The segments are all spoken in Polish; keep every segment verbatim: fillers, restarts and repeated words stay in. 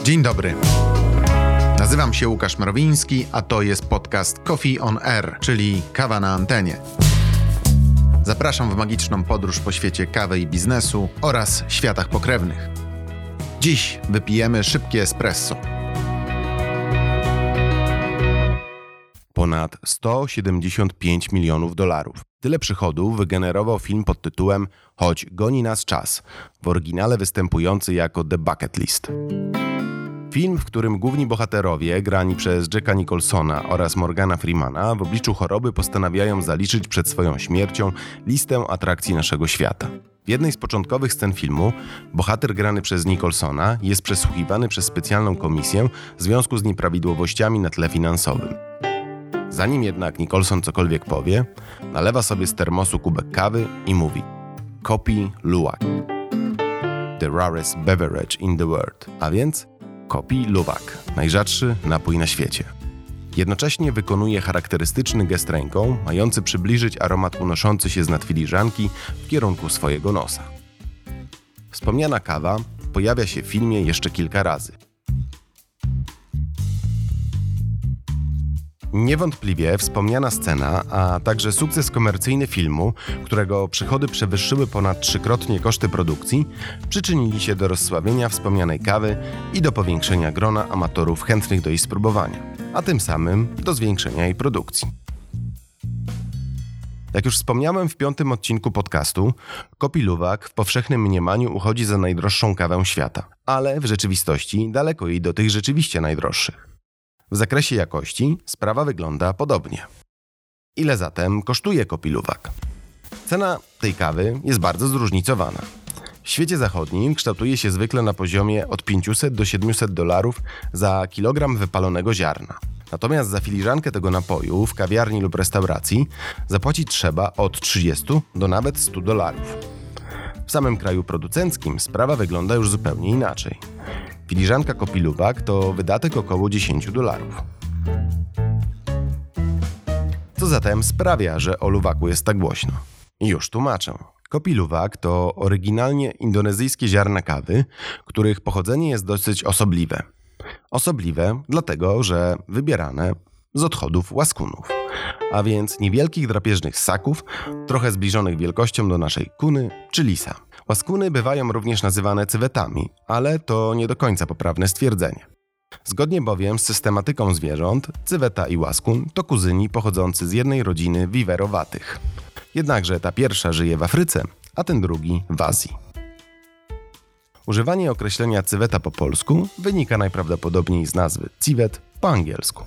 Dzień dobry. Nazywam się Łukasz Mrowiński, a to jest podcast Coffee on Air, czyli kawa na antenie. Zapraszam w magiczną podróż po świecie kawy i biznesu oraz światach pokrewnych. Dziś wypijemy szybkie espresso. Ponad sto siedemdziesiąt pięć milionów dolarów. Tyle przychodów wygenerował film pod tytułem Choć goni nas czas, w oryginale występujący jako The Bucket List. Film, w którym główni bohaterowie, grani przez Jacka Nicholsona oraz Morgana Freemana, w obliczu choroby postanawiają zaliczyć przed swoją śmiercią listę atrakcji naszego świata. W jednej z początkowych scen filmu bohater grany przez Nicholsona jest przesłuchiwany przez specjalną komisję w związku z nieprawidłowościami na tle finansowym. Zanim jednak Nicholson cokolwiek powie, nalewa sobie z termosu kubek kawy i mówi: Kopi Luwak. The rarest beverage in the world. A więc Kopi Luwak, najrzadszy napój na świecie. Jednocześnie wykonuje charakterystyczny gest ręką, mający przybliżyć aromat unoszący się z nad filiżanki w kierunku swojego nosa. Wspomniana kawa pojawia się w filmie jeszcze kilka razy. Niewątpliwie wspomniana scena, a także sukces komercyjny filmu, którego przychody przewyższyły ponad trzykrotnie koszty produkcji, przyczynili się do rozsławienia wspomnianej kawy i do powiększenia grona amatorów chętnych do jej spróbowania, a tym samym do zwiększenia jej produkcji. Jak już wspomniałem w piątym odcinku podcastu, Kopi Luwak w powszechnym mniemaniu uchodzi za najdroższą kawę świata, ale w rzeczywistości daleko jej do tych rzeczywiście najdroższych. W zakresie jakości sprawa wygląda podobnie. Ile zatem kosztuje Kopi Luwak? Cena tej kawy jest bardzo zróżnicowana. W świecie zachodnim kształtuje się zwykle na poziomie od pięćset do siedmiuset dolarów za kilogram wypalonego ziarna. Natomiast za filiżankę tego napoju w kawiarni lub restauracji zapłacić trzeba od trzydziestu do nawet stu dolarów. W samym kraju producenckim sprawa wygląda już zupełnie inaczej. Filiżanka Kopi Luwak to wydatek około dziesięć dolarów. Co zatem sprawia, że o luwaku jest tak głośno? Już tłumaczę. Kopi Luwak to oryginalnie indonezyjskie ziarna kawy, których pochodzenie jest dosyć osobliwe. Osobliwe dlatego, że wybierane z odchodów łaskunów, a więc niewielkich drapieżnych ssaków, trochę zbliżonych wielkością do naszej kuny czy lisa. Łaskuny bywają również nazywane cywetami, ale to nie do końca poprawne stwierdzenie. Zgodnie bowiem z systematyką zwierząt, cyweta i łaskun to kuzyni pochodzący z jednej rodziny wiwerowatych. Jednakże ta pierwsza żyje w Afryce, a ten drugi w Azji. Używanie określenia cyweta po polsku wynika najprawdopodobniej z nazwy civet po angielsku.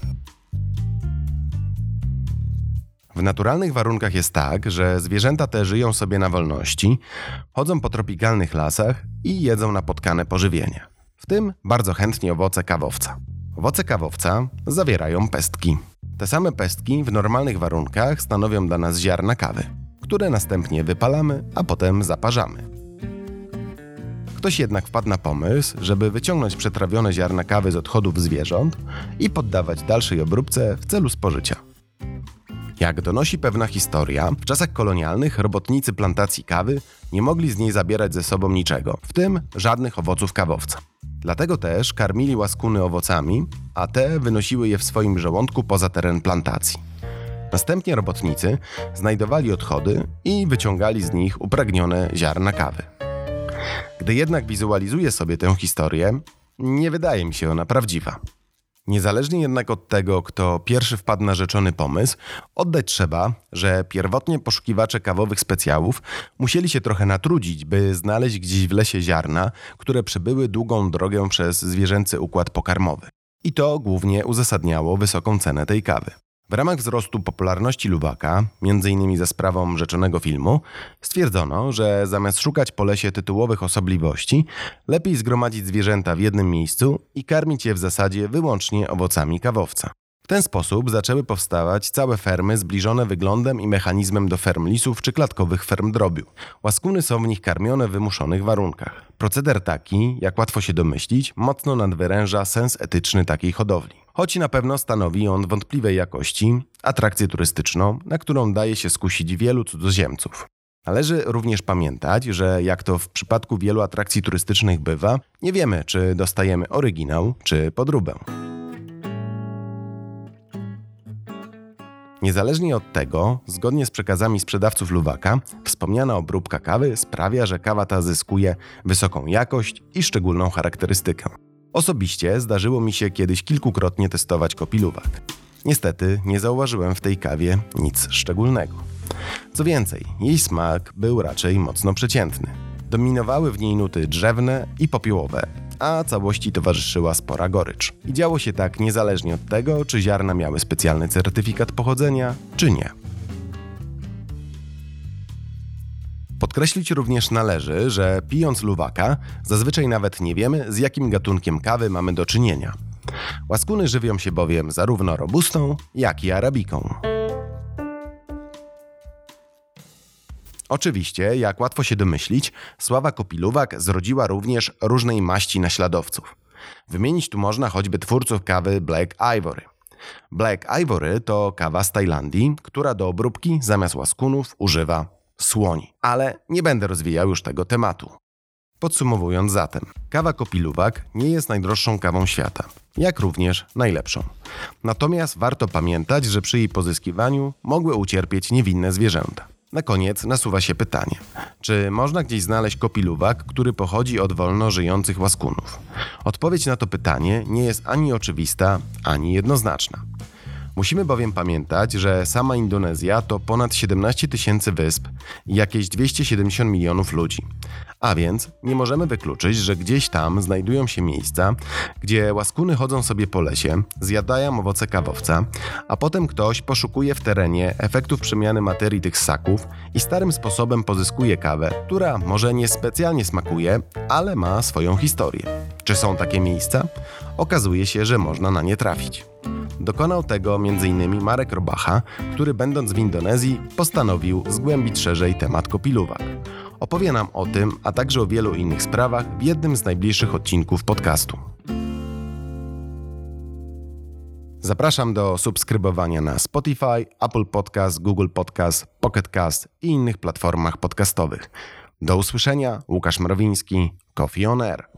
W naturalnych warunkach jest tak, że zwierzęta te żyją sobie na wolności, chodzą po tropikalnych lasach i jedzą napotkane pożywienie. W tym bardzo chętnie owoce kawowca. Owoce kawowca zawierają pestki. Te same pestki w normalnych warunkach stanowią dla nas ziarna kawy, które następnie wypalamy, a potem zaparzamy. Ktoś jednak wpadł na pomysł, żeby wyciągnąć przetrawione ziarna kawy z odchodów zwierząt i poddawać dalszej obróbce w celu spożycia. Jak donosi pewna historia, w czasach kolonialnych robotnicy plantacji kawy nie mogli z niej zabierać ze sobą niczego, w tym żadnych owoców kawowca. Dlatego też karmili łaskuny owocami, a te wynosiły je w swoim żołądku poza teren plantacji. Następnie robotnicy znajdowali odchody i wyciągali z nich upragnione ziarna kawy. Gdy jednak wizualizuję sobie tę historię, nie wydaje mi się ona prawdziwa. Niezależnie jednak od tego, kto pierwszy wpadł na rzeczony pomysł, oddać trzeba, że pierwotnie poszukiwacze kawowych specjałów musieli się trochę natrudzić, by znaleźć gdzieś w lesie ziarna, które przebyły długą drogę przez zwierzęcy układ pokarmowy. I to głównie uzasadniało wysoką cenę tej kawy. W ramach wzrostu popularności luwaka, między innymi za sprawą rzeczonego filmu, stwierdzono, że zamiast szukać po lesie tytułowych osobliwości, lepiej zgromadzić zwierzęta w jednym miejscu i karmić je w zasadzie wyłącznie owocami kawowca. W ten sposób zaczęły powstawać całe fermy zbliżone wyglądem i mechanizmem do ferm lisów czy klatkowych ferm drobiu. Łaskuny są w nich karmione w wymuszonych warunkach. Proceder taki, jak łatwo się domyślić, mocno nadwyręża sens etyczny takiej hodowli. Choć na pewno stanowi on wątpliwej jakości atrakcję turystyczną, na którą daje się skusić wielu cudzoziemców. Należy również pamiętać, że jak to w przypadku wielu atrakcji turystycznych bywa, nie wiemy, czy dostajemy oryginał, czy podróbę. Niezależnie od tego, zgodnie z przekazami sprzedawców Luwaka, wspomniana obróbka kawy sprawia, że kawa ta zyskuje wysoką jakość i szczególną charakterystykę. Osobiście zdarzyło mi się kiedyś kilkukrotnie testować Kopi Luwak. Niestety nie zauważyłem w tej kawie nic szczególnego. Co więcej, jej smak był raczej mocno przeciętny. Dominowały w niej nuty drzewne i popiołowe, a całości towarzyszyła spora gorycz. I działo się tak niezależnie od tego, czy ziarna miały specjalny certyfikat pochodzenia, czy nie. Podkreślić również należy, że pijąc Luwaka, zazwyczaj nawet nie wiemy, z jakim gatunkiem kawy mamy do czynienia. Łaskuny żywią się bowiem zarówno robustą, jak i arabiką. Oczywiście, jak łatwo się domyślić, sława Kopi Luwak zrodziła również różnej maści naśladowców. Wymienić tu można choćby twórców kawy Black Ivory. Black Ivory to kawa z Tajlandii, która do obróbki zamiast łaskunów używa słoni. Ale nie będę rozwijał już tego tematu. Podsumowując zatem, kawa Kopi Luwak nie jest najdroższą kawą świata, jak również najlepszą. Natomiast warto pamiętać, że przy jej pozyskiwaniu mogły ucierpieć niewinne zwierzęta. Na koniec nasuwa się pytanie, czy można gdzieś znaleźć Kopi Luwak, który pochodzi od wolno żyjących łaskunów? Odpowiedź na to pytanie nie jest ani oczywista, ani jednoznaczna. Musimy bowiem pamiętać, że sama Indonezja to ponad siedemnaście tysięcy wysp i jakieś dwieście siedemdziesiąt milionów ludzi. A więc nie możemy wykluczyć, że gdzieś tam znajdują się miejsca, gdzie łaskuny chodzą sobie po lesie, zjadają owoce kawowca, a potem ktoś poszukuje w terenie efektów przemiany materii tych ssaków i starym sposobem pozyskuje kawę, która może nie specjalnie smakuje, ale ma swoją historię. Czy są takie miejsca? Okazuje się, że można na nie trafić. Dokonał tego między innymi Marek Robacha, który będąc w Indonezji postanowił zgłębić szerzej temat Kopi Luwak. Opowie nam o tym, a także o wielu innych sprawach w jednym z najbliższych odcinków podcastu. Zapraszam do subskrybowania na Spotify, Apple Podcast, Google Podcast, Pocket Cast i innych platformach podcastowych. Do usłyszenia, Łukasz Mrowiński, Coffee on Air.